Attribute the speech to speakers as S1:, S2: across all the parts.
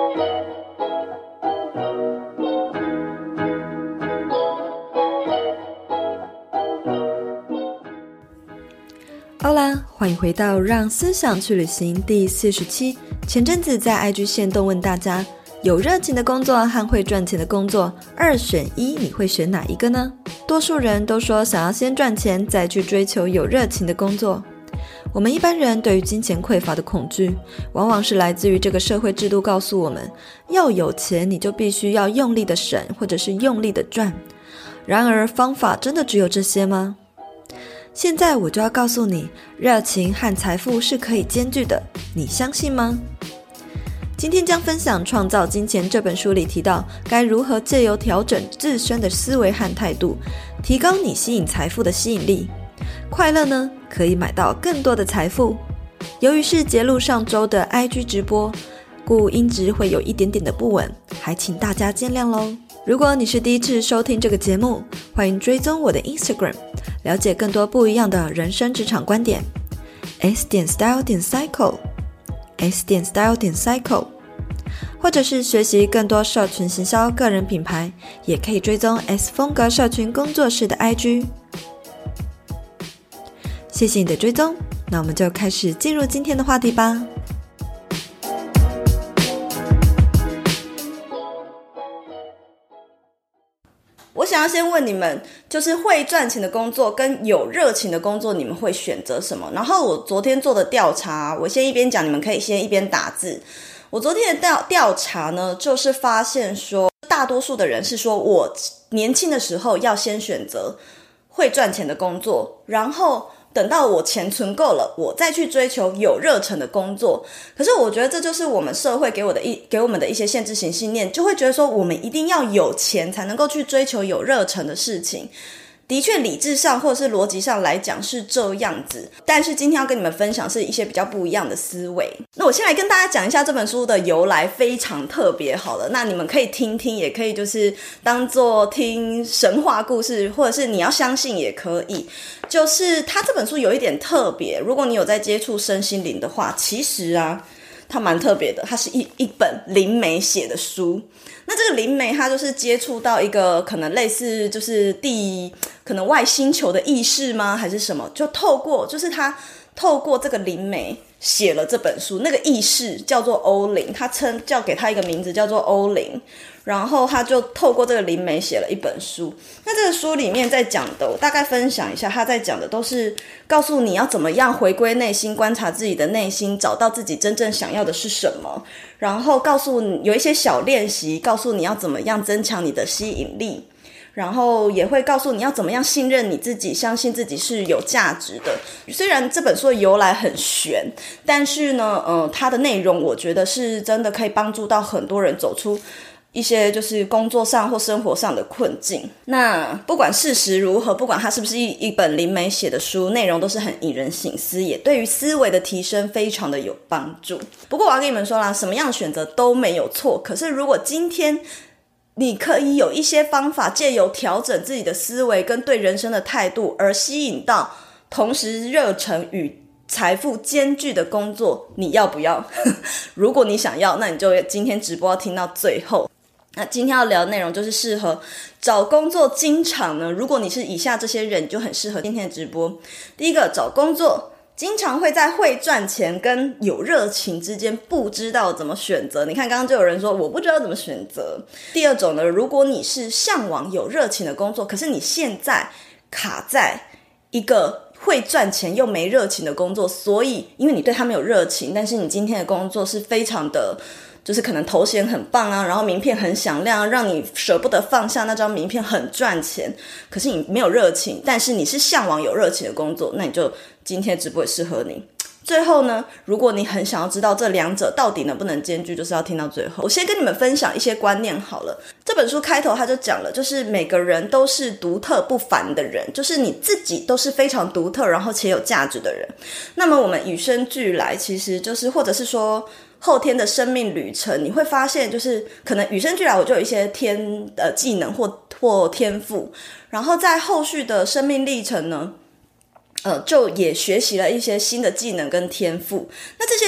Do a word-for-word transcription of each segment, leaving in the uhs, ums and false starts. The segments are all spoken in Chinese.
S1: 好啦，欢迎回到让思想去旅行第四十期。前阵子在 I G 限动问大家，有热情的工作和会赚钱的工作，二选一，你会选哪一个呢？多数人都说想要先赚钱，再去追求有热情的工作。我们一般人对于金钱匮乏的恐惧，往往是来自于这个社会制度告诉我们，要有钱你就必须要用力的省，或者是用力的赚。然而方法真的只有这些吗？现在我就要告诉你，热情和财富是可以兼具的，你相信吗？今天将分享《创造金钱》这本书里提到，该如何借由调整自身的思维和态度，提高你吸引财富的吸引力。快乐呢，可以买到更多的财富。由于是节录上周的 I G 直播，故音质会有一点点的不稳，还请大家见谅咯。如果你是第一次收听这个节目，欢迎追踪我的 Instagram， 了解更多不一样的人生职场观点。S 点 style 点 cycle S 点 style 点 cycle， 或者是学习更多社群行销个人品牌，也可以追踪 S 风格社群工作室的 I G。 谢谢你的追踪，那我们就开始进入今天的话题吧。我想要先问你们，就是会赚钱的工作跟有热情的工作，你们会选择什么？然后我昨天做的调查，我先一边讲，你们可以先一边打字。我昨天的调调查呢，就是发现说，大多数的人是说我年轻的时候要先选择会赚钱的工作，然后等到我钱存够了，我再去追求有热忱的工作。可是我觉得这就是我们社会给我的一给我们的一些限制性信念，就会觉得说我们一定要有钱才能够去追求有热忱的事情。的确理智上或者是逻辑上来讲是这样子，但是今天要跟你们分享是一些比较不一样的思维。那我先来跟大家讲一下这本书的由来，非常特别好了，那你们可以听听，也可以就是当做听神话故事，或者是你要相信也可以。就是它这本书有一点特别，如果你有在接触身心灵的话，其实啊它蛮特别的，它是一一本灵媒写的书。那这个灵媒他就是接触到一个可能类似就是地可能外星球的意识吗还是什么，就透过就是他透过这个灵媒写了这本书。那个意识叫做欧灵，他称叫给他一个名字叫做欧灵，然后他就透过这个灵媒写了一本书。那这个书里面在讲的，我大概分享一下，他在讲的都是告诉你要怎么样回归内心，观察自己的内心，找到自己真正想要的是什么，然后告诉你有一些小练习，告诉你要怎么样增强你的吸引力，然后也会告诉你要怎么样信任你自己，相信自己是有价值的。虽然这本书的由来很玄，但是呢呃，它的内容我觉得是真的可以帮助到很多人走出一些就是工作上或生活上的困境。那不管事实如何，不管它是不是一一本灵媒写的书，内容都是很引人省思，也对于思维的提升非常的有帮助。不过我要跟你们说啦，什么样的选择都没有错，可是如果今天你可以有一些方法，借由调整自己的思维跟对人生的态度，而吸引到同时热忱与财富兼具的工作，你要不要？如果你想要，那你就今天直播要听到最后。那今天要聊的内容就是适合找工作经常呢，如果你是以下这些人，就很适合今天的直播。第一个，找工作经常会在会赚钱跟有热情之间不知道怎么选择。你看刚刚就有人说我不知道怎么选择。第二种呢，如果你是向往有热情的工作，可是你现在卡在一个会赚钱又没热情的工作，所以因为你对他没有热情，但是你今天的工作是非常的就是可能头衔很棒啊，然后名片很响亮，让你舍不得放下那张名片，很赚钱，可是你没有热情，但是你是向往有热情的工作，那你就今天直播也适合你。最后呢，如果你很想要知道这两者到底能不能兼具，就是要听到最后。我先跟你们分享一些观念好了。这本书开头他就讲了，就是每个人都是独特不凡的人，就是你自己都是非常独特然后且有价值的人。那么我们与生俱来，其实就是或者是说后天的生命旅程，你会发现就是可能与生俱来我就有一些天呃技能或或天赋，然后在后续的生命历程呢呃，就也学习了一些新的技能跟天赋。那这些天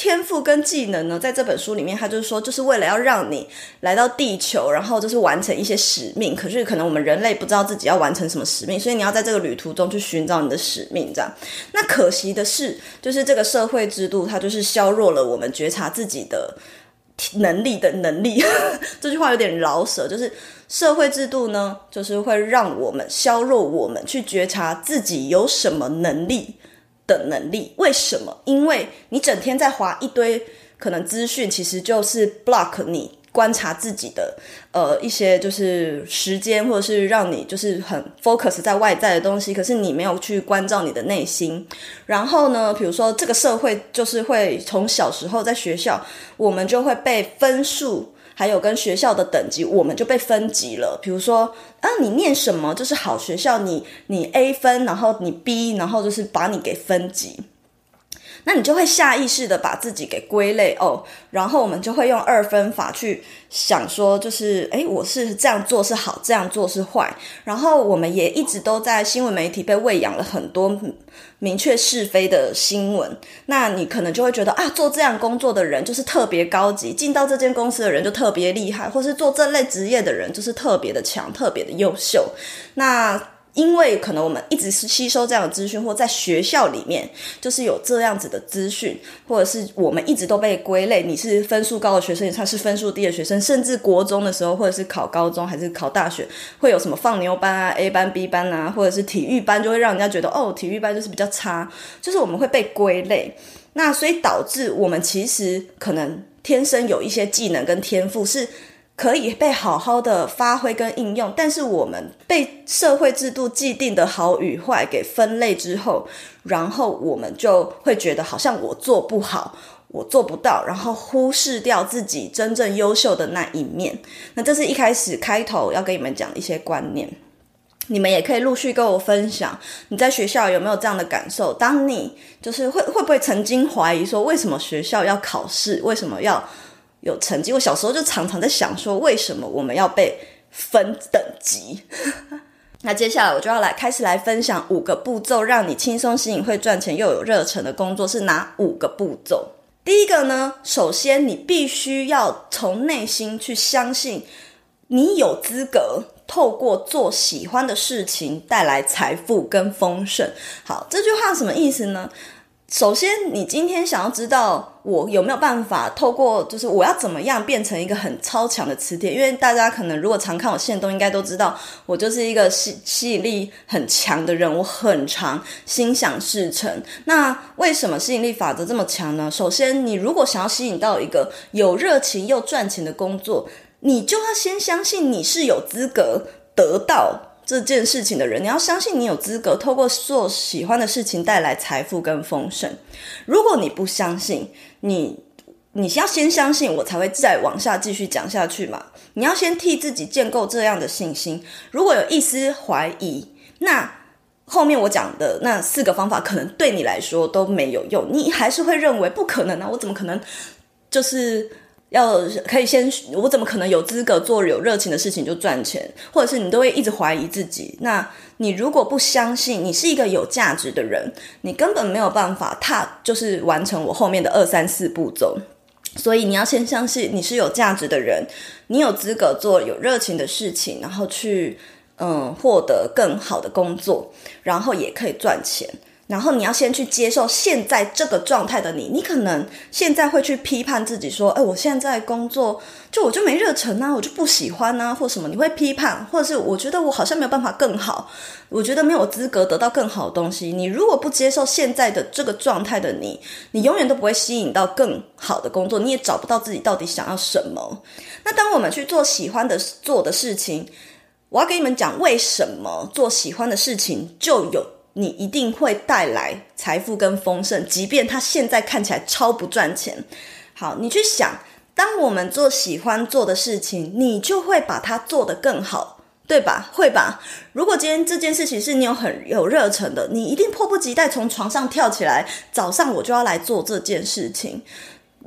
S1: 天赋跟技能呢，在这本书里面他就是说，就是为了要让你来到地球，然后就是完成一些使命，可是可能我们人类不知道自己要完成什么使命，所以你要在这个旅途中去寻找你的使命这样。那可惜的是，就是这个社会制度它就是削弱了我们觉察自己的能力的能力这句话有点老舍，就是社会制度呢，就是会让我们削弱我们去觉察自己有什么能力的能力。为什么？因为你整天在滑一堆可能资讯，其实就是 block 你观察自己的呃一些就是时间，或者是让你就是很 focus 在外在的东西，可是你没有去关照你的内心。然后呢，比如说这个社会就是会从小时候在学校，我们就会被分数还有跟学校的等级，我们就被分级了。比如说啊，你念什么就是好学校，你你 A 分，然后你 B， 然后就是把你给分级。那你就会下意识的把自己给归类哦，然后我们就会用二分法去想说，就是诶，我是这样做是好，这样做是坏。然后我们也一直都在新闻媒体被喂养了很多明确是非的新闻，那你可能就会觉得啊，做这样工作的人就是特别高级，进到这间公司的人就特别厉害，或是做这类职业的人就是特别的强，特别的优秀。那因为可能我们一直是吸收这样的资讯，或在学校里面就是有这样子的资讯，或者是我们一直都被归类，你是分数高的学生，他是分数低的学生，甚至国中的时候，或者是考高中还是考大学，会有什么放牛班啊 A 班 B 班啊，或者是体育班，就会让人家觉得哦，体育班就是比较差，就是我们会被归类。那所以导致我们其实可能天生有一些技能跟天赋是可以被好好的发挥跟应用，但是我们被社会制度既定的好与坏给分类之后，然后我们就会觉得好像我做不好，我做不到，然后忽视掉自己真正优秀的那一面。那这是一开始开头要跟你们讲的一些观念，你们也可以陆续跟我分享你在学校有没有这样的感受。当你就是会会不会曾经怀疑说，为什么学校要考试，为什么要有成绩？我小时候就常常在想说，为什么我们要被分等级那接下来我就要来开始来分享五个步骤，让你轻松吸引会赚钱又有热忱的工作是哪五个步骤。第一个呢，首先你必须要从内心去相信你有资格透过做喜欢的事情带来财富跟丰盛。好，这句话什么意思呢？首先你今天想要知道我有没有办法透过就是我要怎么样变成一个很超强的磁铁，因为大家可能如果常看我限动应该都知道我就是一个吸吸引力很强的人，我很常心想事成。那为什么吸引力法则这么强呢？首先你如果想要吸引到一个有热情又赚钱的工作，你就要先相信你是有资格得到这件事情的人，你要相信你有资格透过做喜欢的事情带来财富跟丰盛。如果你不相信，你你要先相信我才会再往下继续讲下去嘛。你要先替自己建构这样的信心。如果有一丝怀疑，那后面我讲的那四个方法可能对你来说都没有用，你还是会认为不可能啊，我怎么可能就是要可以先，我怎么可能有资格做有热情的事情就赚钱，或者是你都会一直怀疑自己。那你如果不相信你是一个有价值的人，你根本没有办法踏就是完成我后面的二三四步骤。所以你要先相信你是有价值的人，你有资格做有热情的事情，然后去嗯获得更好的工作，然后也可以赚钱。然后你要先去接受现在这个状态的你，你可能现在会去批判自己说，哎，我现在工作就我就没热忱啊，我就不喜欢啊，或什么，你会批判，或者是我觉得我好像没有办法更好，我觉得没有资格得到更好的东西。你如果不接受现在的这个状态的你，你永远都不会吸引到更好的工作，你也找不到自己到底想要什么。那当我们去做喜欢的做的事情，我要跟你们讲为什么做喜欢的事情就有你一定会带来财富跟丰盛，即便它现在看起来超不赚钱。好，你去想，当我们做喜欢做的事情，你就会把它做得更好，对吧？会吧？如果今天这件事情是你有很有热忱的，你一定迫不及待从床上跳起来，早上我就要来做这件事情。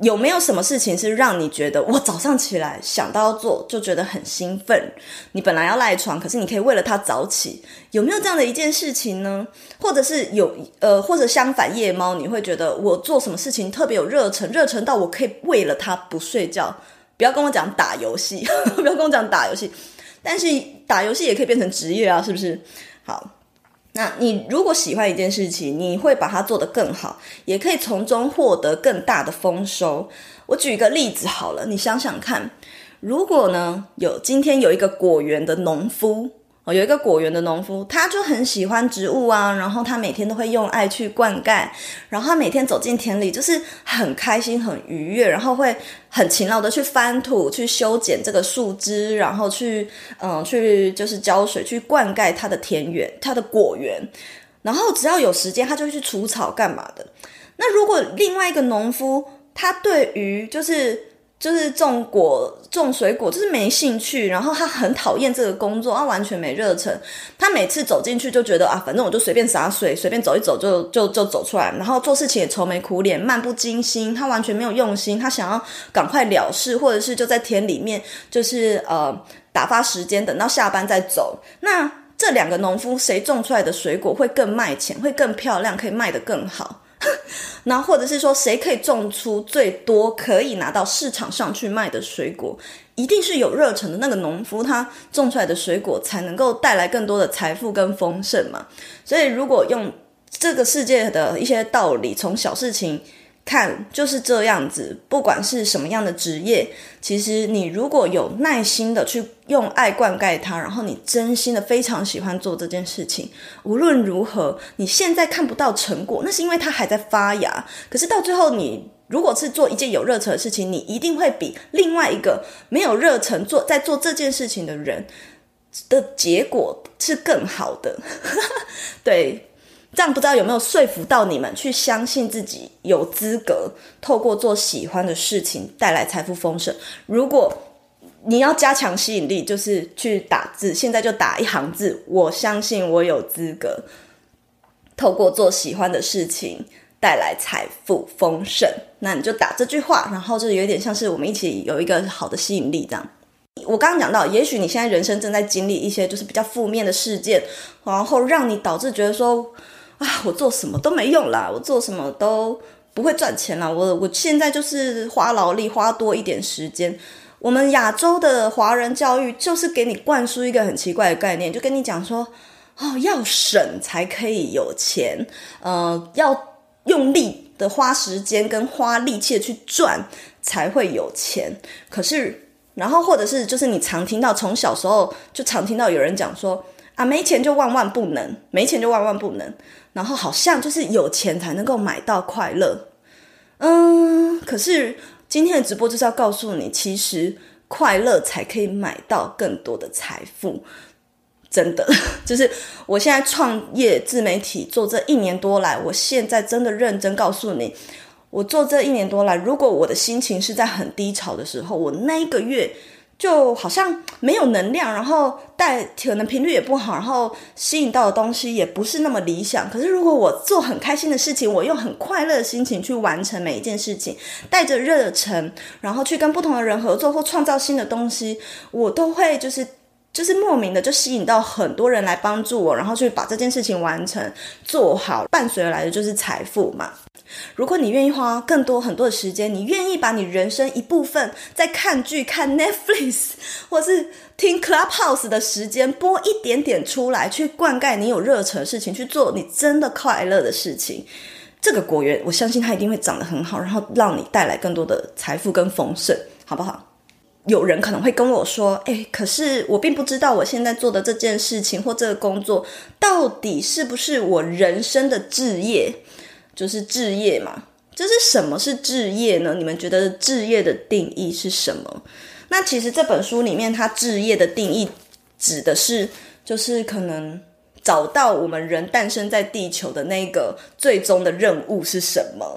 S1: 有没有什么事情是让你觉得我早上起来想到要做就觉得很兴奋？你本来要赖床，可是你可以为了它早起，有没有这样的一件事情呢？或者是有呃，或者相反夜猫，你会觉得我做什么事情特别有热忱，热忱到我可以为了它不睡觉。不要跟我讲打游戏，不要跟我讲打游戏，但是打游戏也可以变成职业啊，是不是？好。那你如果喜欢一件事情，你会把它做得更好，也可以从中获得更大的丰收。我举一个例子好了，你想想看，如果呢有今天有一个果园的农夫，有一个果园的农夫，他就很喜欢植物啊，然后他每天都会用爱去灌溉，然后他每天走进田里就是很开心很愉悦，然后会很勤劳的去翻土，去修剪这个树枝，然后去嗯去就是浇水，去灌溉他的田园，他的果园，然后只要有时间他就会去除草干嘛的。那如果另外一个农夫，他对于就是就是种果种水果就是没兴趣，然后他很讨厌这个工作，他完全没热忱，他每次走进去就觉得啊，反正我就随便洒水，随便走一走就就就走出来，然后做事情也愁眉苦脸，漫不经心，他完全没有用心，他想要赶快了事，或者是就在田里面就是呃打发时间，等到下班再走。那这两个农夫谁种出来的水果会更卖钱，会更漂亮，可以卖得更好？然后或者是说谁可以种出最多可以拿到市场上去卖的水果，一定是有热忱的那个农夫，他种出来的水果才能够带来更多的财富跟丰盛嘛。所以如果用这个世界的一些道理从小事情看，就是这样子，不管是什么样的职业，其实你如果有耐心的去用爱灌溉它，然后你真心的非常喜欢做这件事情，无论如何你现在看不到成果，那是因为它还在发芽，可是到最后你如果是做一件有热忱的事情，你一定会比另外一个没有热忱做在做这件事情的人的结果是更好的对，这样不知道有没有说服到你们去相信自己有资格透过做喜欢的事情带来财富丰盛。如果你要加强吸引力，就是去打字，现在就打一行字，我相信我有资格透过做喜欢的事情带来财富丰盛。那你就打这句话，然后就有点像是我们一起有一个好的吸引力这样。我刚刚讲到，也许你现在人生正在经历一些就是比较负面的事件，然后让你导致觉得说啊，我做什么都没用啦，我做什么都不会赚钱啦，我我现在就是花劳力花多一点时间。我们亚洲的华人教育就是给你灌输一个很奇怪的概念，就跟你讲说哦，要省才可以有钱，呃，要用力的花时间跟花力气的去赚才会有钱。可是然后或者是就是你常听到，从小时候就常听到有人讲说啊，没钱就万万不能，没钱就万万不能，然后好像就是有钱才能够买到快乐。嗯，可是今天的直播就是要告诉你，其实快乐才可以买到更多的财富。真的，就是我现在创业自媒体做这一年多来，我现在真的认真告诉你，我做这一年多来，如果我的心情是在很低潮的时候，我那一个月就好像没有能量，然后带可能频率也不好，然后吸引到的东西也不是那么理想。可是如果我做很开心的事情，我用很快乐的心情去完成每一件事情，带着热忱，然后去跟不同的人合作或创造新的东西，我都会就是就是莫名的就吸引到很多人来帮助我，然后去把这件事情完成做好，伴随而来的就是财富嘛。如果你愿意花更多很多的时间，你愿意把你人生一部分在看剧看 Netflix 或是听 Clubhouse 的时间拨一点点出来，去灌溉你有热忱的事情，去做你真的快乐的事情，这个果园我相信它一定会长得很好，然后让你带来更多的财富跟丰盛，好不好？有人可能会跟我说，诶，可是我并不知道我现在做的这件事情或这个工作到底是不是我人生的志业，就是志业嘛。就是什么是志业呢？你们觉得志业的定义是什么？那其实这本书里面它志业的定义指的是就是可能找到我们人诞生在地球的那个最终的任务是什么。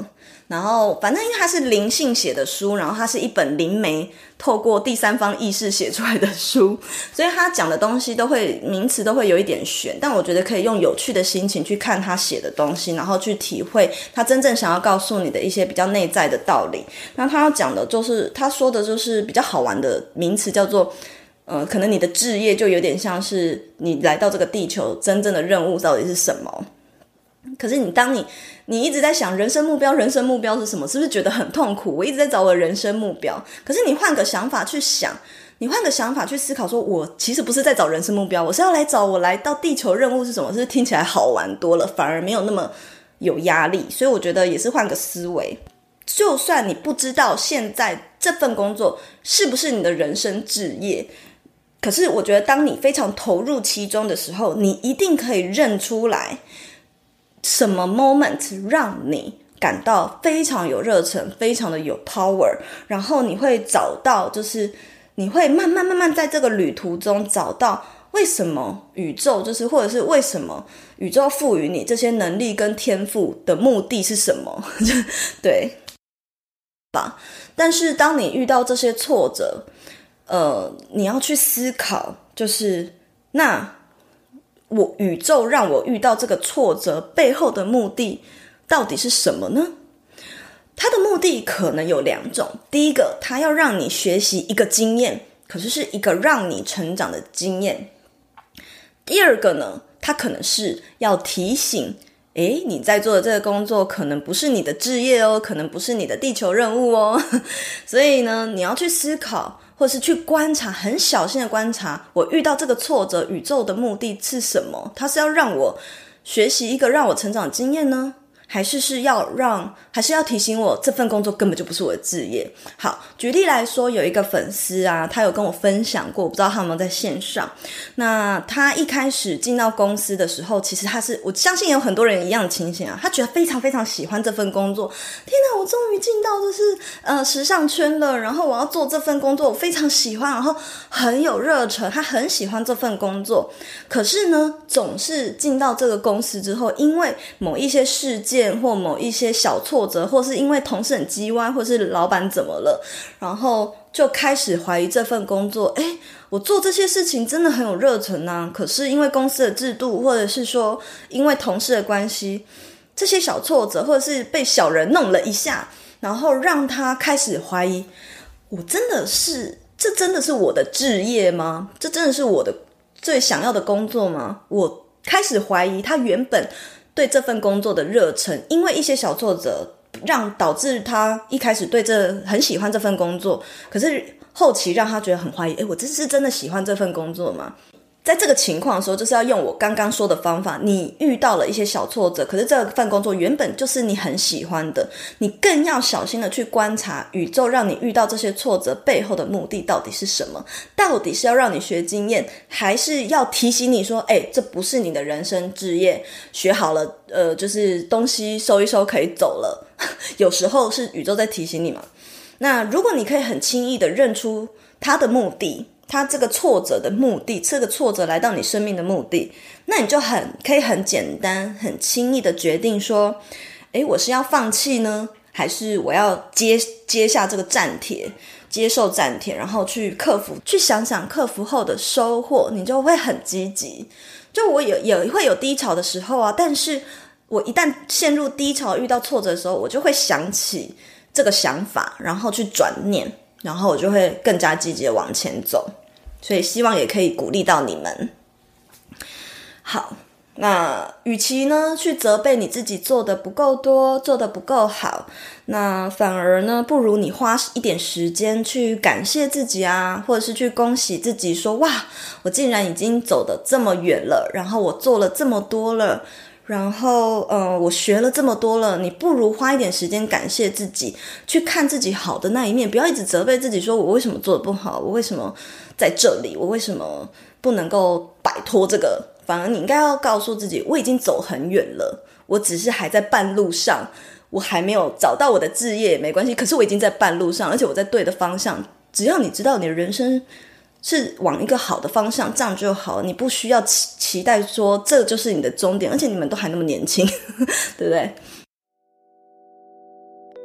S1: 然后反正因为它是灵性写的书，然后它是一本灵媒透过第三方意识写出来的书，所以他讲的东西都会名词都会有一点玄，但我觉得可以用有趣的心情去看他写的东西，然后去体会他真正想要告诉你的一些比较内在的道理。那他要讲的就是他说的就是比较好玩的名词，叫做呃，可能你的志业就有点像是你来到这个地球真正的任务到底是什么。可是你当你你一直在想人生目标人生目标是什么，是不是觉得很痛苦？我一直在找我的人生目标，可是你换个想法去想，你换个想法去思考，说我其实不是在找人生目标，我是要来找我来到地球任务是什么，是不是听起来好玩多了，反而没有那么有压力？所以我觉得也是换个思维，就算你不知道现在这份工作是不是你的人生志业，可是我觉得当你非常投入其中的时候，你一定可以认出来什么 moment 让你感到非常有热忱，非常的有 power， 然后你会找到，就是你会慢慢慢慢在这个旅途中找到为什么宇宙，就是或者是为什么宇宙赋予你这些能力跟天赋的目的是什么对吧？但是当你遇到这些挫折，呃，你要去思考，就是那我宇宙让我遇到这个挫折背后的目的到底是什么呢？它的目的可能有两种，第一个，它要让你学习一个经验，可是是一个让你成长的经验。第二个呢，它可能是要提醒，诶，你在做的这个工作可能不是你的志业哦，可能不是你的地球任务哦所以呢，你要去思考或是去观察，很小心的观察，我遇到这个挫折，宇宙的目的是什么？它是要让我学习一个让我成长的经验呢，还是是要让，还是要提醒我这份工作根本就不是我的志业？好，举例来说，有一个粉丝啊，他有跟我分享过，我不知道他有没有在线上。那他一开始进到公司的时候，其实他是，我相信有很多人一样的情形啊，他觉得非常非常喜欢这份工作。天哪，我终于进到就是呃时尚圈了，然后我要做这份工作，我非常喜欢，然后很有热忱，他很喜欢这份工作。可是呢，总是进到这个公司之后，因为某一些事件或某一些小挫折，或是因为同事很叽歪，或是老板怎么了，然后就开始怀疑这份工作，诶，我做这些事情真的很有热忱啊，可是因为公司的制度，或者是说因为同事的关系，这些小挫折或者是被小人弄了一下，然后让他开始怀疑，我真的是，这真的是我的志业吗？这真的是我的最想要的工作吗？我开始怀疑他原本对这份工作的热忱，因为一些小挫折让导致他一开始对这很喜欢这份工作，可是后期让他觉得很怀疑，诶，我这是真的喜欢这份工作吗？在这个情况的时候，就是要用我刚刚说的方法，你遇到了一些小挫折，可是这份工作原本就是你很喜欢的，你更要小心的去观察宇宙让你遇到这些挫折背后的目的到底是什么，到底是要让你学经验，还是要提醒你说，诶，这不是你的人生志业，学好了呃，就是东西收一收可以走了有时候是宇宙在提醒你嘛。那如果你可以很轻易的认出它的目的，他这个挫折的目的，这个挫折来到你生命的目的，那你就很可以很简单很轻易的决定说，诶，我是要放弃呢，还是我要接接下这个战帖，接受战帖，然后去克服，去想想克服后的收获，你就会很积极。就我也也会有低潮的时候啊，但是我一旦陷入低潮遇到挫折的时候，我就会想起这个想法，然后去转念，然后我就会更加积极的往前走。所以希望也可以鼓励到你们。好，那与其呢去责备你自己做的不够多，做的不够好，那反而呢不如你花一点时间去感谢自己啊，或者是去恭喜自己说，哇，我竟然已经走得这么远了，然后我做了这么多了，然后呃，我学了这么多了，你不如花一点时间感谢自己，去看自己好的那一面，不要一直责备自己说我为什么做得不好，我为什么在这里，我为什么不能够摆脱这个，反而你应该要告诉自己，我已经走很远了，我只是还在半路上，我还没有找到我的志业没关系，可是我已经在半路上，而且我在对的方向，只要你知道你的人生是往一个好的方向，这样就好，你不需要期期待说这就是你的终点，而且你们都还那么年轻对不对？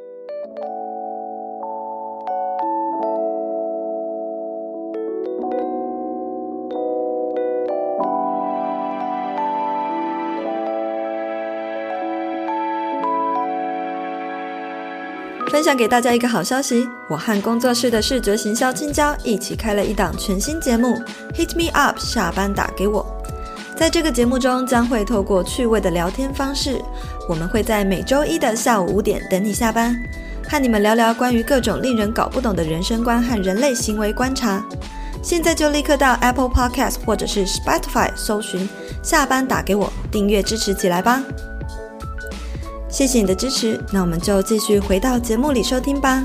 S2: 分享给大家一个好消息，我和工作室的视觉行销青椒一起开了一档全新节目 Hit Me Up 下班打给我。在这个节目中，将会透过趣味的聊天方式，我们会在每周一的下午五点等你下班，和你们聊聊关于各种令人搞不懂的人生观和人类行为观察。现在就立刻到 Apple Podcast 或者是 Spotify 搜寻下班打给我，订阅支持起来吧。谢谢你的支持，那我们就继续回到节目里收听吧。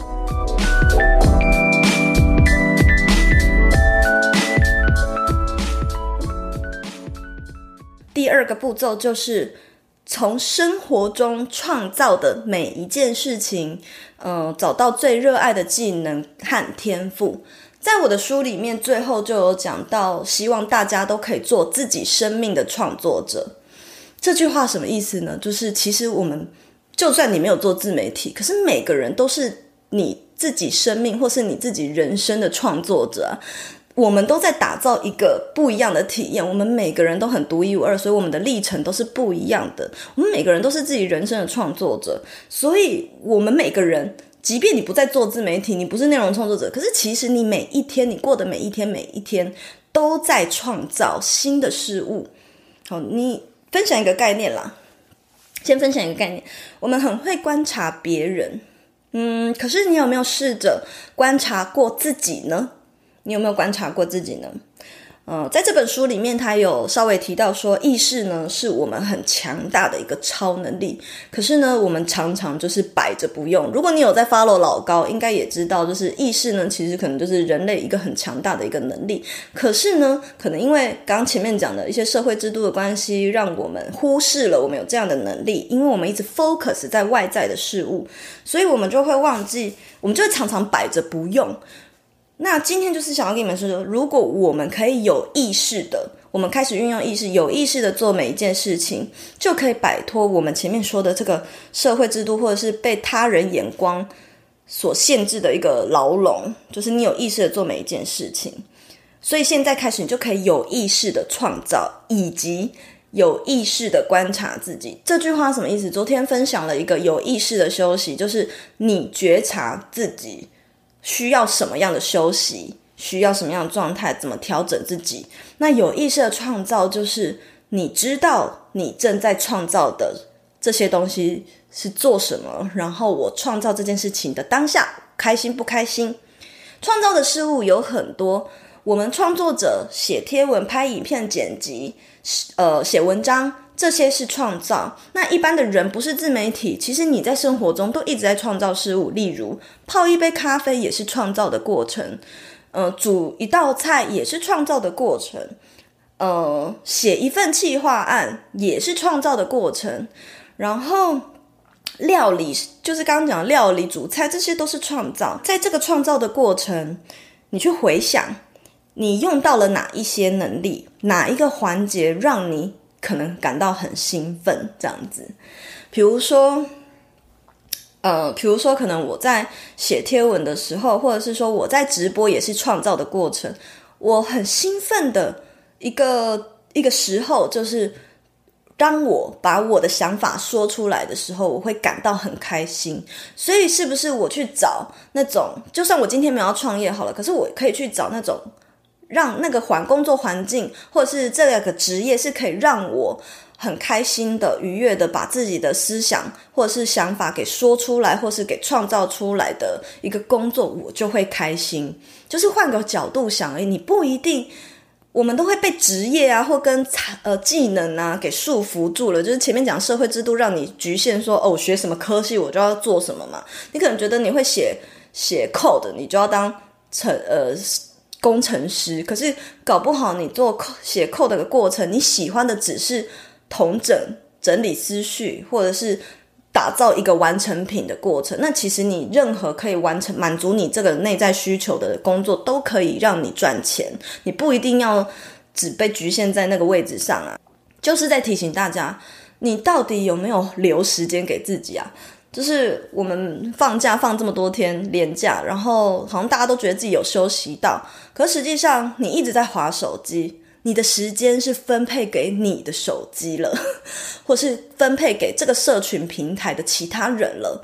S1: 第二个步骤就是从生活中创造的每一件事情，呃，找到最热爱的技能和天赋。在我的书里面，最后就有讲到，希望大家都可以做自己生命的创作者。这句话什么意思呢？就是其实我们就算你没有做自媒体，可是每个人都是你自己生命或是你自己人生的创作者啊。我们都在打造一个不一样的体验，我们每个人都很独一无二，所以我们的历程都是不一样的。我们每个人都是自己人生的创作者，所以我们每个人即便你不在做自媒体，你不是内容创作者，可是其实你每一天，你过的每一天每一天都在创造新的事物。好，你分享一个概念啦，先分享一个概念，我们很会观察别人，嗯，可是你有没有试着观察过自己呢？你有没有观察过自己呢？呃，在这本书里面，他有稍微提到说，意识呢是我们很强大的一个超能力，可是呢，我们常常就是摆着不用。如果你有在 follow 老高，应该也知道，就是意识呢，其实可能就是人类一个很强大的一个能力。可是呢，可能因为刚刚前面讲的一些社会制度的关系，让我们忽视了我们有这样的能力，因为我们一直 focus 在外在的事物，所以我们就会忘记，我们就会常常摆着不用。那今天就是想要跟你们说，如果我们可以有意识的，我们开始运用意识，有意识的做每一件事情，就可以摆脱我们前面说的这个社会制度，或者是被他人眼光所限制的一个牢笼，就是你有意识的做每一件事情。所以现在开始，你就可以有意识的创造，以及有意识的观察自己。这句话什么意思？昨天分享了一个有意识的休息，就是你觉察自己需要什么样的休息，需要什么样的状态，怎么调整自己。那有意识的创造就是你知道你正在创造的这些东西是做什么，然后我创造这件事情的当下开心不开心。创造的事物有很多，我们创作者写贴文、拍影片、剪辑、呃写文章，这些是创造。那一般的人不是自媒体，其实你在生活中都一直在创造事物，例如泡一杯咖啡也是创造的过程，呃，煮一道菜也是创造的过程，呃，写一份企划案也是创造的过程，然后料理就是刚刚讲的料理、煮菜，这些都是创造。在这个创造的过程，你去回想你用到了哪一些能力，哪一个环节让你可能感到很兴奋，这样子。比如说呃，比如说可能我在写贴文的时候，或者是说我在直播也是创造的过程。我很兴奋的一个一个时候，就是当我把我的想法说出来的时候，我会感到很开心。所以是不是我去找那种，就算我今天没有要创业好了，可是我可以去找那种让那个环工作环境或者是这个职业是可以让我很开心的、愉悦的把自己的思想或者是想法给说出来，或是给创造出来的一个工作，我就会开心。就是换个角度想而已，你不一定，我们都会被职业啊或跟呃技能啊给束缚住了。就是前面讲社会制度让你局限说，哦，学什么科系我就要做什么嘛。你可能觉得你会写写 code， 你就要当成呃工程师，可是搞不好你做写 code 的过程，你喜欢的只是统整、整理思绪，或者是打造一个完成品的过程。那其实你任何可以完成满足你这个内在需求的工作都可以让你赚钱，你不一定要只被局限在那个位置上啊。就是在提醒大家，你到底有没有留时间给自己啊？就是我们放假放这么多天连假，然后好像大家都觉得自己有休息到，可实际上你一直在滑手机，你的时间是分配给你的手机了，或是分配给这个社群平台的其他人了。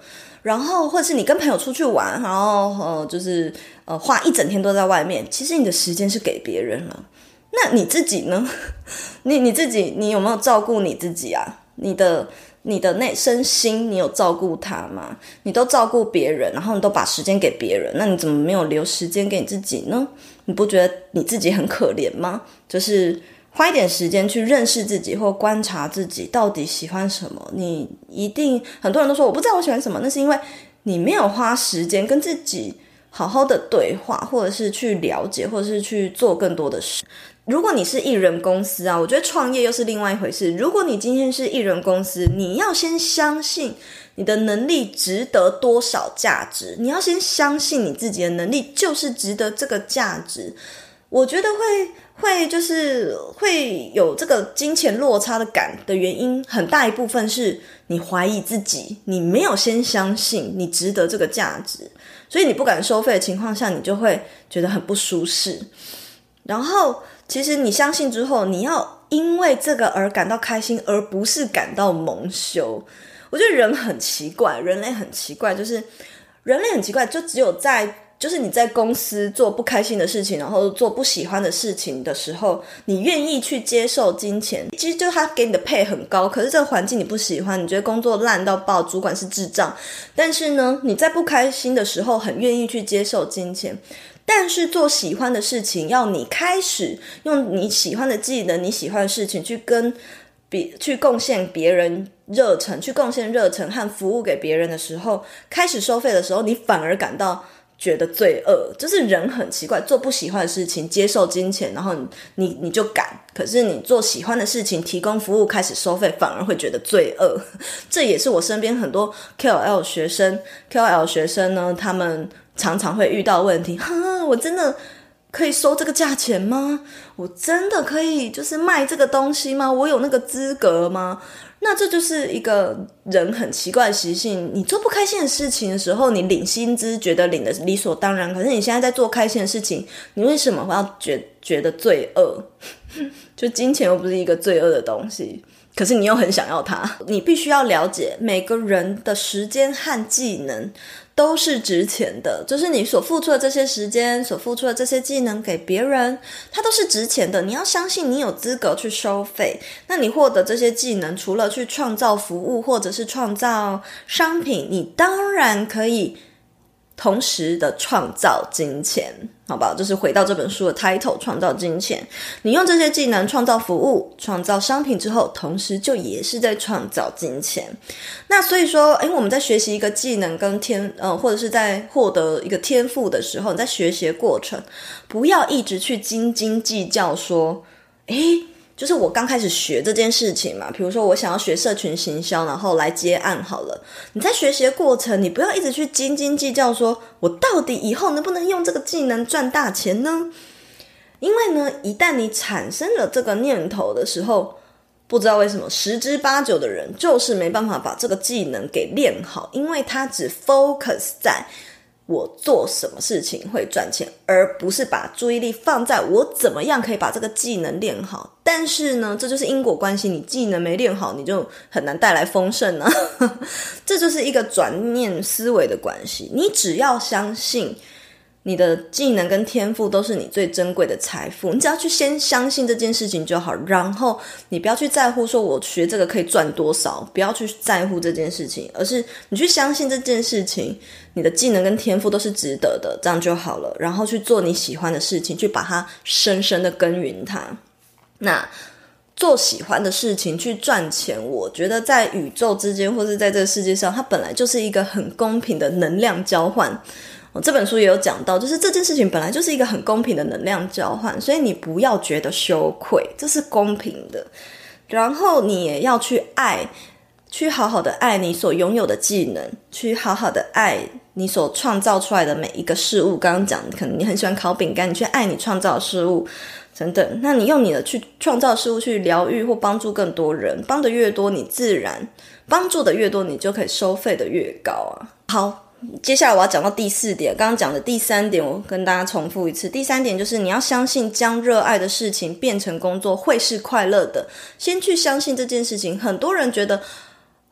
S1: 然后或者是你跟朋友出去玩，然后呃就是呃花一整天都在外面，其实你的时间是给别人了。那你自己呢？你你自己你有没有照顾你自己啊？你的你的内身心你有照顾他吗？你都照顾别人，然后你都把时间给别人，那你怎么没有留时间给你自己呢？你不觉得你自己很可怜吗？就是花一点时间去认识自己或观察自己到底喜欢什么。你一定很多人都说我不知道我喜欢什么，那是因为你没有花时间跟自己好好的对话，或者是去了解，或者是去做更多的事。如果你是艺人公司啊，我觉得创业又是另外一回事。如果你今天是艺人公司，你要先相信你的能力值得多少价值，你要先相信你自己的能力就是值得这个价值。我觉得会会就是会有这个金钱落差的感的原因，很大一部分是你怀疑自己，你没有先相信你值得这个价值，所以你不敢收费的情况下，你就会觉得很不舒适。然后其实你相信之后，你要因为这个而感到开心，而不是感到蒙羞。我觉得人很奇怪，人类很奇怪，就是人类很奇怪，就只有在就是你在公司做不开心的事情，然后做不喜欢的事情的时候，你愿意去接受金钱。其实就是他给你的配很高，可是这个环境你不喜欢，你觉得工作烂到爆，主管是智障，但是呢你在不开心的时候很愿意去接受金钱。但是做喜欢的事情，要你开始用你喜欢的技能，你喜欢的事情去跟别去贡献别人热忱，去贡献热忱和服务给别人的时候，开始收费的时候，你反而感到觉得罪恶。就是人很奇怪，做不喜欢的事情接受金钱，然后你你你就敢，可是你做喜欢的事情提供服务开始收费，反而会觉得罪恶。这也是我身边很多 K O L 学生 K O L 学生呢，他们常常会遇到问题，哈，我真的可以收这个价钱吗？我真的可以就是卖这个东西吗？我有那个资格吗？那这就是一个人很奇怪的习性。你做不开心的事情的时候，你领薪资觉得领的理所当然，可是你现在在做开心的事情，你为什么会要觉觉得罪恶？就金钱又不是一个罪恶的东西，可是你又很想要它。你必须要了解，每个人的时间和技能都是值钱的，就是你所付出的这些时间，所付出的这些技能给别人，它都是值钱的。你要相信你有资格去收费。那你获得这些技能，除了去创造服务或者是创造商品，你当然可以同时的创造金钱，好不好？就是回到这本书的 title， 创造金钱。你用这些技能创造服务，创造商品之后，同时就也是在创造金钱。那所以说，诶，我们在学习一个技能跟天呃，或者是在获得一个天赋的时候，你在学习的过程，不要一直去斤斤计较说，诶，就是我刚开始学这件事情嘛，比如说我想要学社群行销，然后来接案好了。你在学习的过程，你不要一直去斤斤计较说，我到底以后能不能用这个技能赚大钱呢？因为呢，一旦你产生了这个念头的时候，不知道为什么十之八九的人就是没办法把这个技能给练好，因为他只 focus 在我做什么事情会赚钱，而不是把注意力放在我怎么样可以把这个技能练好。但是呢，这就是因果关系，你技能没练好，你就很难带来丰盛啊。这就是一个转念思维的关系。你只要相信你的技能跟天赋都是你最珍贵的财富，你只要去先相信这件事情就好，然后你不要去在乎说我学这个可以赚多少，不要去在乎这件事情，而是你去相信这件事情，你的技能跟天赋都是值得的，这样就好了。然后去做你喜欢的事情，去把它深深的耕耘它。那做喜欢的事情去赚钱，我觉得在宇宙之间或是在这个世界上，它本来就是一个很公平的能量交换。我这本书也有讲到，就是这件事情本来就是一个很公平的能量交换，所以你不要觉得羞愧，这是公平的。然后你也要去爱，去好好的爱你所拥有的技能，去好好的爱你所创造出来的每一个事物。刚刚讲可能你很喜欢烤饼干，你去爱你创造的事物等等，那你用你的去创造的事物去疗愈或帮助更多人，帮的越多，你自然帮助的越多，你就可以收费的越高啊。好，接下来我要讲到第四点，刚刚讲的第三点我跟大家重复一次。第三点就是你要相信将热爱的事情变成工作会是快乐的，先去相信这件事情。很多人觉得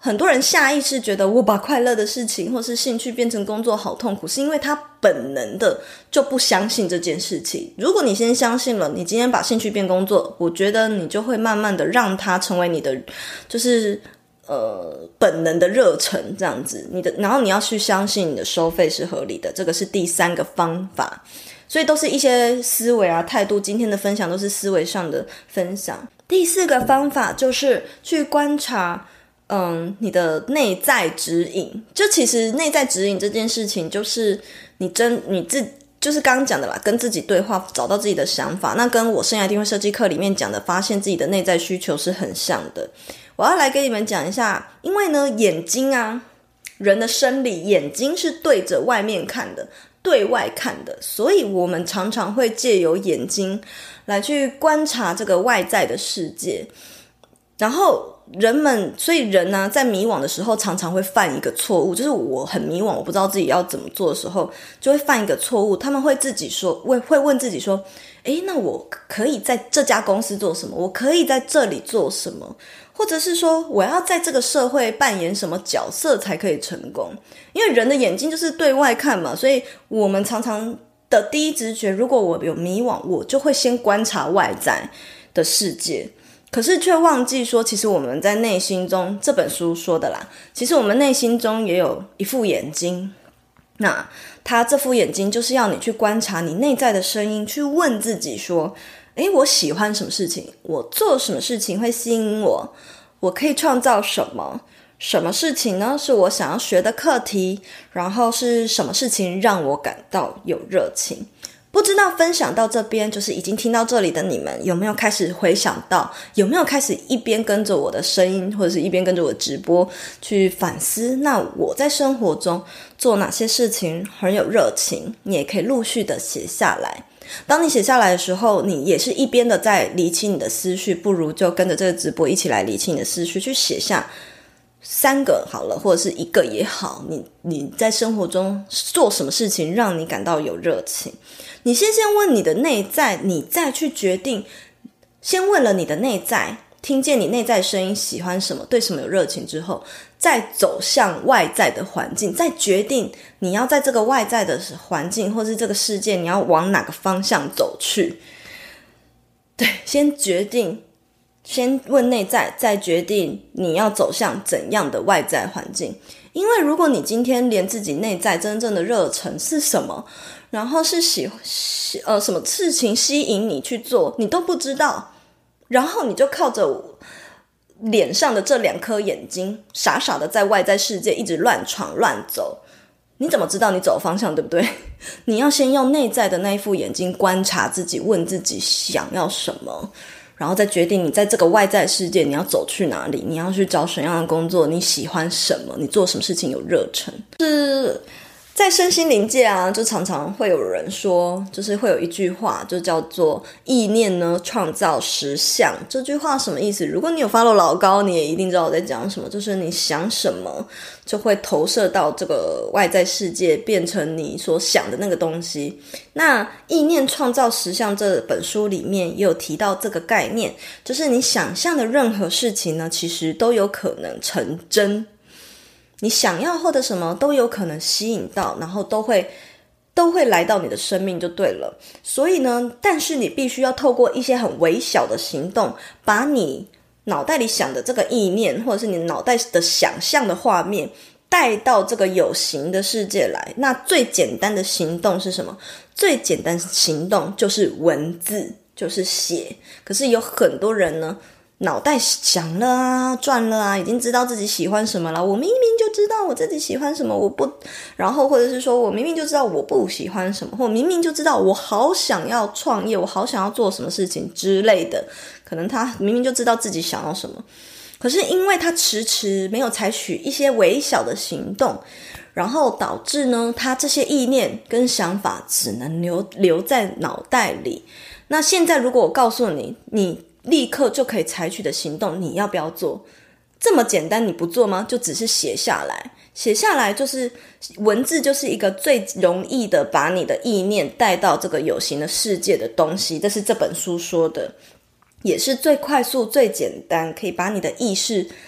S1: 很多人下意识觉得我把快乐的事情或是兴趣变成工作好痛苦，是因为他本能的就不相信这件事情。如果你先相信了，你今天把兴趣变工作，我觉得你就会慢慢的让它成为你的就是呃本能的热忱这样子，你的然后你要去相信你的收费是合理的，这个是第三个方法。所以都是一些思维啊态度，今天的分享都是思维上的分享。第四个方法就是去观察嗯，你的内在指引。就其实内在指引这件事情，就是你真你自就是刚刚讲的啦，跟自己对话，找到自己的想法。那跟我生涯定位设计课里面讲的，发现自己的内在需求是很像的。我要来跟你们讲一下，因为呢，眼睛啊，人的生理眼睛是对着外面看的，对外看的，所以我们常常会借由眼睛来去观察这个外在的世界。然后人们，所以人呢、啊，在迷惘的时候常常会犯一个错误，就是我很迷惘，我不知道自己要怎么做的时候，就会犯一个错误。他们会自己说，会会问自己说，诶，那我可以在这家公司做什么？我可以在这里做什么？或者是说，我要在这个社会扮演什么角色才可以成功？因为人的眼睛就是对外看嘛，所以我们常常的第一直觉，如果我有迷惘，我就会先观察外在的世界。可是却忘记说，其实我们在内心中，这本书说的啦，其实我们内心中也有一副眼睛。那它这副眼睛就是要你去观察你内在的声音，去问自己说，诶，我喜欢什么事情？我做什么事情会吸引我？我可以创造什么？什么事情呢？是我想要学的课题？然后是什么事情让我感到有热情？不知道分享到这边，就是已经听到这里的你们，有没有开始回想到，有没有开始一边跟着我的声音，或者是一边跟着我的直播去反思，那我在生活中做哪些事情很有热情？你也可以陆续的写下来。当你写下来的时候，你也是一边的在理清你的思绪，不如就跟着这个直播一起来理清你的思绪，去写下三个好了，或者是一个也好，你你在生活中做什么事情让你感到有热情？你先先问你的内在，你再去决定。先问了你的内在，听见你内在声音，喜欢什么，对什么有热情之后，再走向外在的环境，再决定你要在这个外在的环境或是这个世界，你要往哪个方向走去。对，先决定，先问内在，再决定你要走向怎样的外在环境。因为如果你今天连自己内在真正的热忱是什么，然后是喜呃什么事情吸引你去做，你都不知道，然后你就靠着脸上的这两颗眼睛，傻傻的在外在世界一直乱闯乱走，你怎么知道你走的方向，对不对？你要先用内在的那一副眼睛观察自己，问自己想要什么，然后再决定你在这个外在世界你要走去哪里，你要去找什么样的工作，你喜欢什么，你做什么事情有热忱。是在身心灵界啊，就常常会有人说，就是会有一句话就叫做意念呢创造实相。这句话什么意思？如果你有 follow 老高，你也一定知道我在讲什么，就是你想什么就会投射到这个外在世界，变成你所想的那个东西。那意念创造实相这本书里面也有提到这个概念，就是你想象的任何事情呢，其实都有可能成真。你想要或者什么都有可能吸引到，然后都会都会来到你的生命就对了。所以呢，但是你必须要透过一些很微小的行动，把你脑袋里想的这个意念，或者是你脑袋的想象的画面带到这个有形的世界来。那最简单的行动是什么？最简单的行动就是文字，就是写。可是有很多人呢，脑袋想了啊，转了啊，已经知道自己喜欢什么了。我明明就知道我自己喜欢什么，我不，然后或者是说我明明就知道我不喜欢什么，或明明就知道我好想要创业，我好想要做什么事情之类的。可能他明明就知道自己想要什么，可是因为他迟迟没有采取一些微小的行动，然后导致呢，他这些意念跟想法只能留留在脑袋里。那现在如果我告诉你，你立刻就可以采取的行动，你要不要做？这么简单，你不做吗？就只是写下来，写下来就是文字，就是一个最容易的把你的意念带到这个有形的世界的东西。这是这本书说的，也是最快速、最简单，可以把你的意识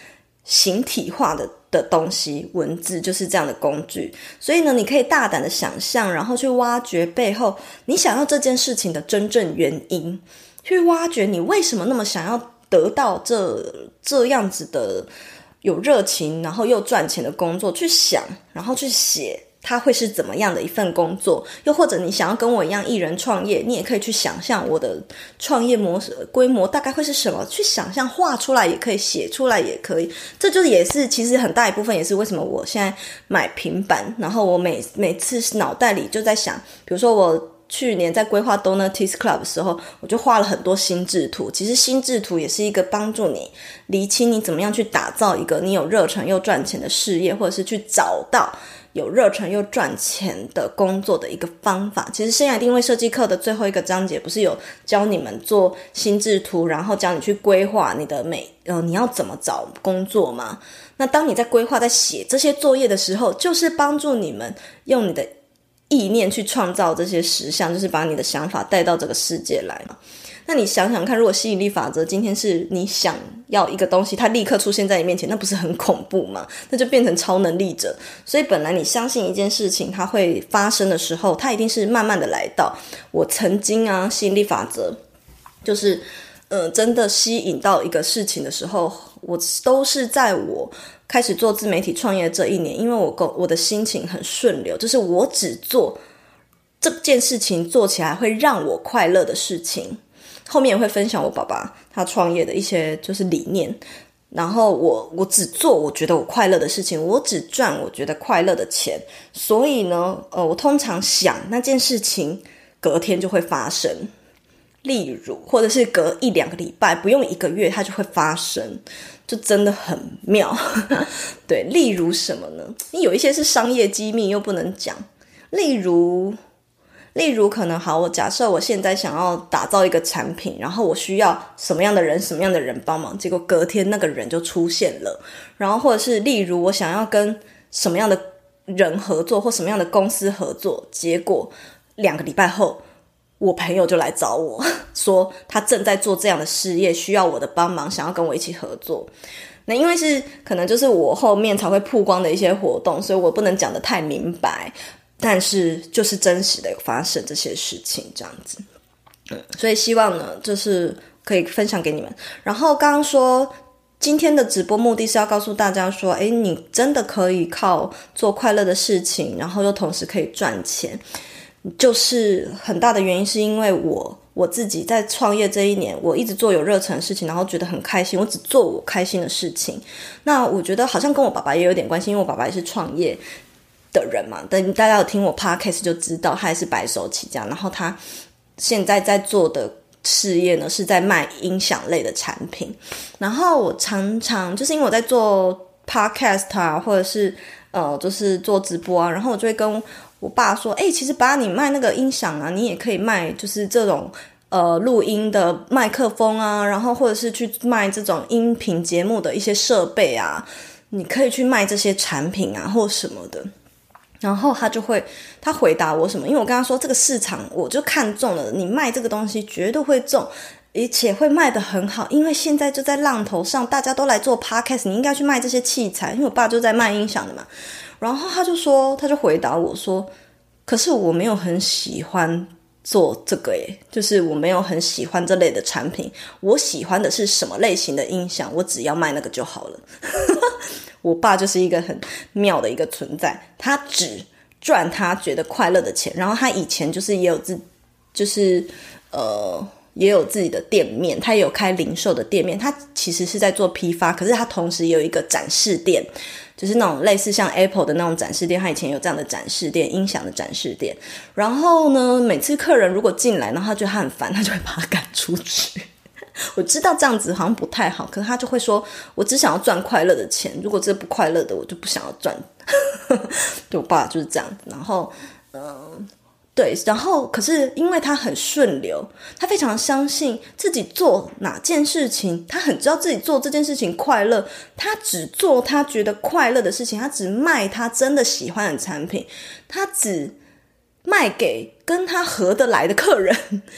S1: 形体化的的东西，文字就是这样的工具。所以呢，你可以大胆的想象，然后去挖掘背后你想要这件事情的真正原因，去挖掘你为什么那么想要得到这这样子的有热情然后又赚钱的工作，去想然后去写它会是怎么样的一份工作。又或者你想要跟我一样艺人创业，你也可以去想象我的创业模式规模大概会是什么，去想象画出来也可以，写出来也可以。这就也是其实很大一部分也是为什么我现在买平板，然后我每每次脑袋里就在想，比如说我去年在规划 Donuts Club 的时候，我就画了很多心智图。其实心智图也是一个帮助你厘清你怎么样去打造一个你有热忱又赚钱的事业，或者是去找到有热忱又赚钱的工作的一个方法。其实生涯定位设计课的最后一个章节不是有教你们做心智图，然后教你去规划你的每呃你要怎么找工作吗？那当你在规划在写这些作业的时候，就是帮助你们用你的意念去创造这些实相，就是把你的想法带到这个世界来嘛。那你想想看，如果吸引力法则今天是你想要一个东西，它立刻出现在你面前，那不是很恐怖吗？那就变成超能力者。所以本来你相信一件事情它会发生的时候，它一定是慢慢的来到。我曾经啊，吸引力法则就是呃，真的吸引到一个事情的时候，我都是在我开始做自媒体创业这一年，因为我我的心情很顺流，就是我只做这件事情做起来会让我快乐的事情。后面也会分享我爸爸他创业的一些就是理念，然后我我只做我觉得我快乐的事情，我只赚我觉得快乐的钱。所以呢呃，我通常想那件事情隔天就会发生，例如或者是隔一两个礼拜，不用一个月它就会发生，就真的很妙对，例如什么呢？有一些是商业机密又不能讲，例如例如可能好，我假设我现在想要打造一个产品，然后我需要什么样的人什么样的人帮忙，结果隔天那个人就出现了。然后或者是例如我想要跟什么样的人合作或什么样的公司合作，结果两个礼拜后我朋友就来找我说他正在做这样的事业，需要我的帮忙，想要跟我一起合作。那因为是可能就是我后面才会曝光的一些活动，所以我不能讲得太明白，但是就是真实的发生这些事情这样子。嗯，所以希望呢就是可以分享给你们。然后刚刚说今天的直播目的是要告诉大家说，诶，你真的可以靠做快乐的事情，然后又同时可以赚钱。就是很大的原因是因为我我自己在创业这一年，我一直做有热忱的事情，然后觉得很开心，我只做我开心的事情。那我觉得好像跟我爸爸也有点关系，因为我爸爸也是创业的人嘛，等大家有听我 podcast 就知道他也是白手起家，然后他现在在做的事业呢是在卖音响类的产品。然后我常常就是因为我在做 podcast 啊，或者是呃就是做直播啊，然后我就会跟我爸说，诶，其实爸你卖那个音响啊，你也可以卖就是这种呃录音的麦克风啊，然后或者是去卖这种音频节目的一些设备啊，你可以去卖这些产品啊或什么的。然后他就会他回答我什么，因为我跟他说这个市场我就看中了，你卖这个东西绝对会中，而且会卖得很好，因为现在就在浪头上，大家都来做 podcast， 你应该去卖这些器材，因为我爸就在卖音响的嘛。然后他就说他就回答我说，可是我没有很喜欢做这个耶，就是我没有很喜欢这类的产品，我喜欢的是什么类型的音响，我只要卖那个就好了我爸就是一个很妙的一个存在，他只赚他觉得快乐的钱。然后他以前就是也有自就是呃也有自己的店面，他也有开零售的店面，他其实是在做批发，可是他同时也有一个展示店，就是那种类似像 Apple 的那种展示店，他以前有这样的展示店，音响的展示店。然后呢每次客人如果进来，然后他觉得他很烦，他就会把他赶出去我知道这样子好像不太好，可是他就会说我只想要赚快乐的钱，如果这不快乐的我就不想要赚对，我爸就是这样子。然后嗯、呃对，然后可是因为他很顺流，他非常相信自己做哪件事情，他很知道自己做这件事情快乐，他只做他觉得快乐的事情，他只卖他真的喜欢的产品，他只卖给跟他合得来的客人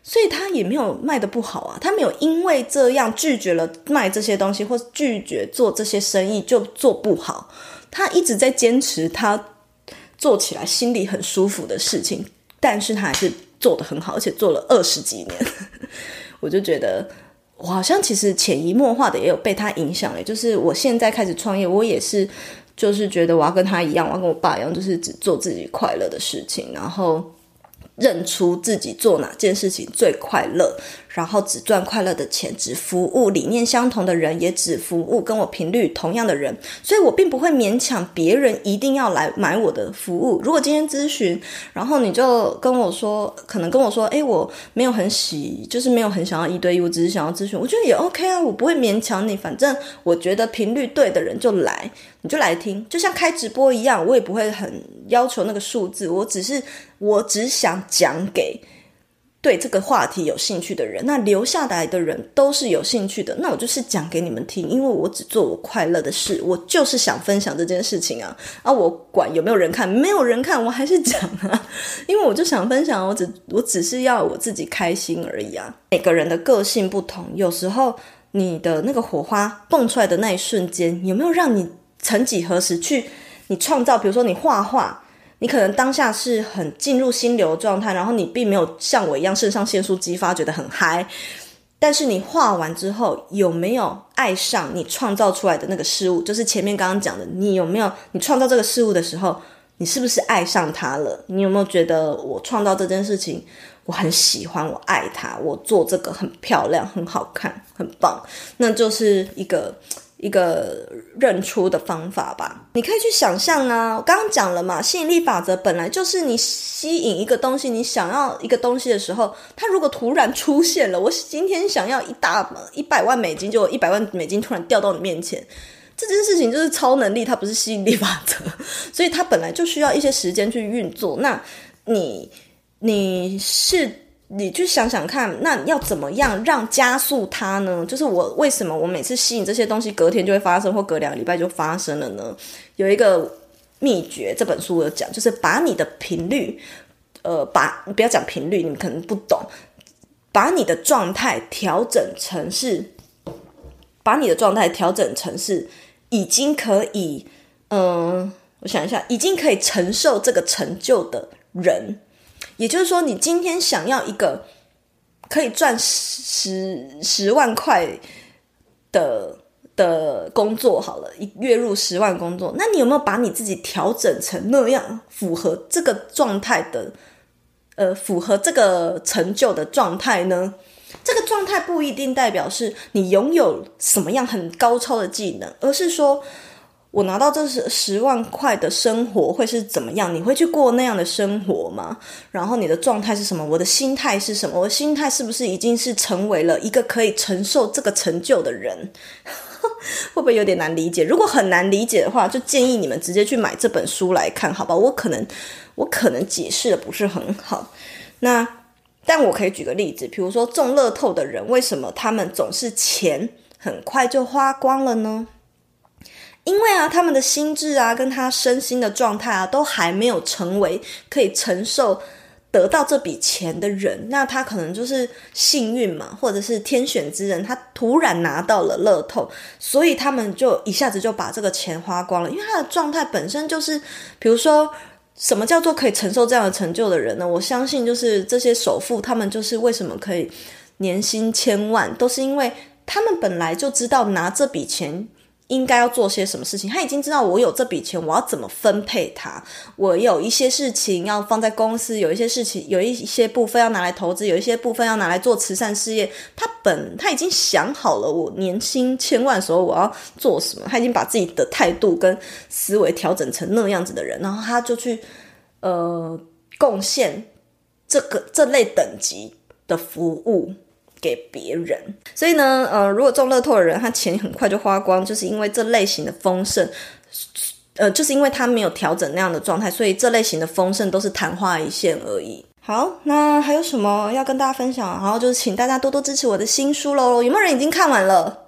S1: 所以他也没有卖得不好啊，他没有因为这样拒绝了卖这些东西或拒绝做这些生意就做不好，他一直在坚持他做起来心里很舒服的事情，但是他还是做得很好，而且做了二十几年我就觉得我好像其实潜移默化的也有被他影响了，就是我现在开始创业，我也是就是觉得我要跟他一样，我要跟我爸一样，就是只做自己快乐的事情，然后认出自己做哪件事情最快乐，然后只赚快乐的钱，只服务理念相同的人，也只服务跟我频率同样的人，所以我并不会勉强别人一定要来买我的服务。如果今天咨询，然后你就跟我说，可能跟我说诶我没有很喜就是没有很想要一对一，我只是想要咨询，我觉得也 OK 啊，我不会勉强你，反正我觉得频率对的人就来，你就来听，就像开直播一样，我也不会很要求那个数字，我只是我只想讲给对这个话题有兴趣的人，那留下来的人都是有兴趣的，那我就是讲给你们听，因为我只做我快乐的事，我就是想分享这件事情啊啊！我管有没有人看，没有人看我还是讲啊，因为我就想分享，我只我只是要我自己开心而已啊。每个人的个性不同，有时候你的那个火花蹦出来的那一瞬间，有没有让你曾几何时去你创造，比如说你画画，你可能当下是很进入心流状态，然后你并没有像我一样肾上腺素激发觉得很嗨，但是你画完之后有没有爱上你创造出来的那个事物，就是前面刚刚讲的，你有没有你创造这个事物的时候，你是不是爱上它了，你有没有觉得我创造这件事情我很喜欢，我爱它，我做这个很漂亮很好看很棒，那就是一个一个认出的方法吧。你可以去想象啊，我刚刚讲了嘛，吸引力法则本来就是你吸引一个东西，你想要一个东西的时候，它如果突然出现了，我今天想要一大一百万美金，就有一百万美金突然掉到你面前，这件事情就是超能力，它不是吸引力法则，所以它本来就需要一些时间去运作。那你你是你去想想看，那要怎么样让加速它呢？就是我为什么我每次吸引这些东西隔天就会发生，或隔两个礼拜就发生了呢？有一个秘诀，这本书有讲，就是把你的频率呃，把不要讲频率，你们可能不懂，把你的状态调整成是把你的状态调整成是已经可以嗯、呃，我想一下，已经可以承受这个成就的人。也就是说，你今天想要一个可以赚十十万块的的工作好了，一月入十万工作，那你有没有把你自己调整成那样符合这个状态的呃，符合这个成就的状态呢？这个状态不一定代表是你拥有什么样很高超的技能，而是说我拿到这十万块的生活会是怎么样？你会去过那样的生活吗？然后你的状态是什么？我的心态是什么？我的心态是不是已经是成为了一个可以承受这个成就的人？会不会有点难理解？如果很难理解的话，就建议你们直接去买这本书来看，好吧？我可能我可能解释的不是很好。那但我可以举个例子，比如说中乐透的人，为什么他们总是钱很快就花光了呢？因为啊，他们的心智啊，跟他身心的状态啊，都还没有成为可以承受得到这笔钱的人，那他可能就是幸运嘛，或者是天选之人，他突然拿到了乐透，所以他们就一下子就把这个钱花光了，因为他的状态本身就是，比如说什么叫做可以承受这样的成就的人呢？我相信就是这些首富，他们就是为什么可以年薪千万，都是因为他们本来就知道拿这笔钱应该要做些什么事情，他已经知道我有这笔钱我要怎么分配它，我有一些事情要放在公司，有一些事情有一些部分要拿来投资，有一些部分要拿来做慈善事业，他本他已经想好了我年薪千万的时候我要做什么，他已经把自己的态度跟思维调整成那样子的人，然后他就去呃贡献这个这类等级的服务给别人。所以呢呃，如果中乐透的人他钱很快就花光，就是因为这类型的丰盛呃，就是因为他没有调整那样的状态，所以这类型的丰盛都是昙花一现而已。好，那还有什么要跟大家分享？然后就是请大家多多支持我的新书咯，有没有人已经看完了？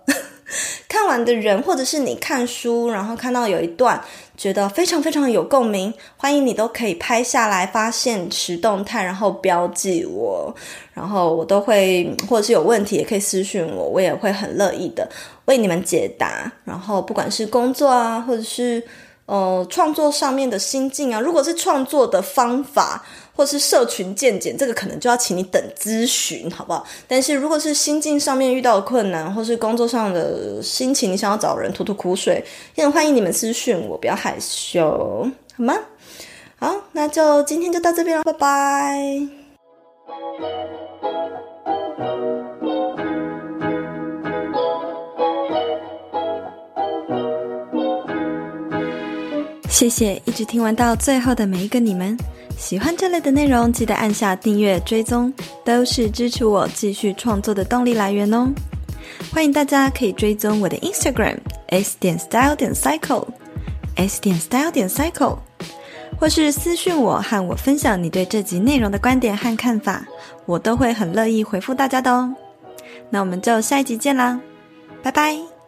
S1: 看完的人，或者是你看书然后看到有一段觉得非常非常有共鸣，欢迎你都可以拍下来发现实动态，然后标记我，然后我都会，或者是有问题也可以私讯我，我也会很乐意的为你们解答。然后不管是工作啊，或者是呃创作上面的心境啊，如果是创作的方法或是社群见解，这个可能就要请你等咨询，好不好？但是如果是心境上面遇到的困难，或是工作上的心情，你想要找人吐吐苦水，也很欢迎你们私讯我，不要害羞，好吗？好，那就今天就到这边了，拜拜。
S2: 谢谢一直听完到最后的每一个你们，喜欢这类的内容记得按下订阅追踪，都是支持我继续创作的动力来源哦。欢迎大家可以追踪我的 Instagram s 点 style 点 cycle s 点 style 点 cycle， 或是私讯我和我分享你对这集内容的观点和看法，我都会很乐意回复大家的哦。那我们就下一集见啦，拜拜。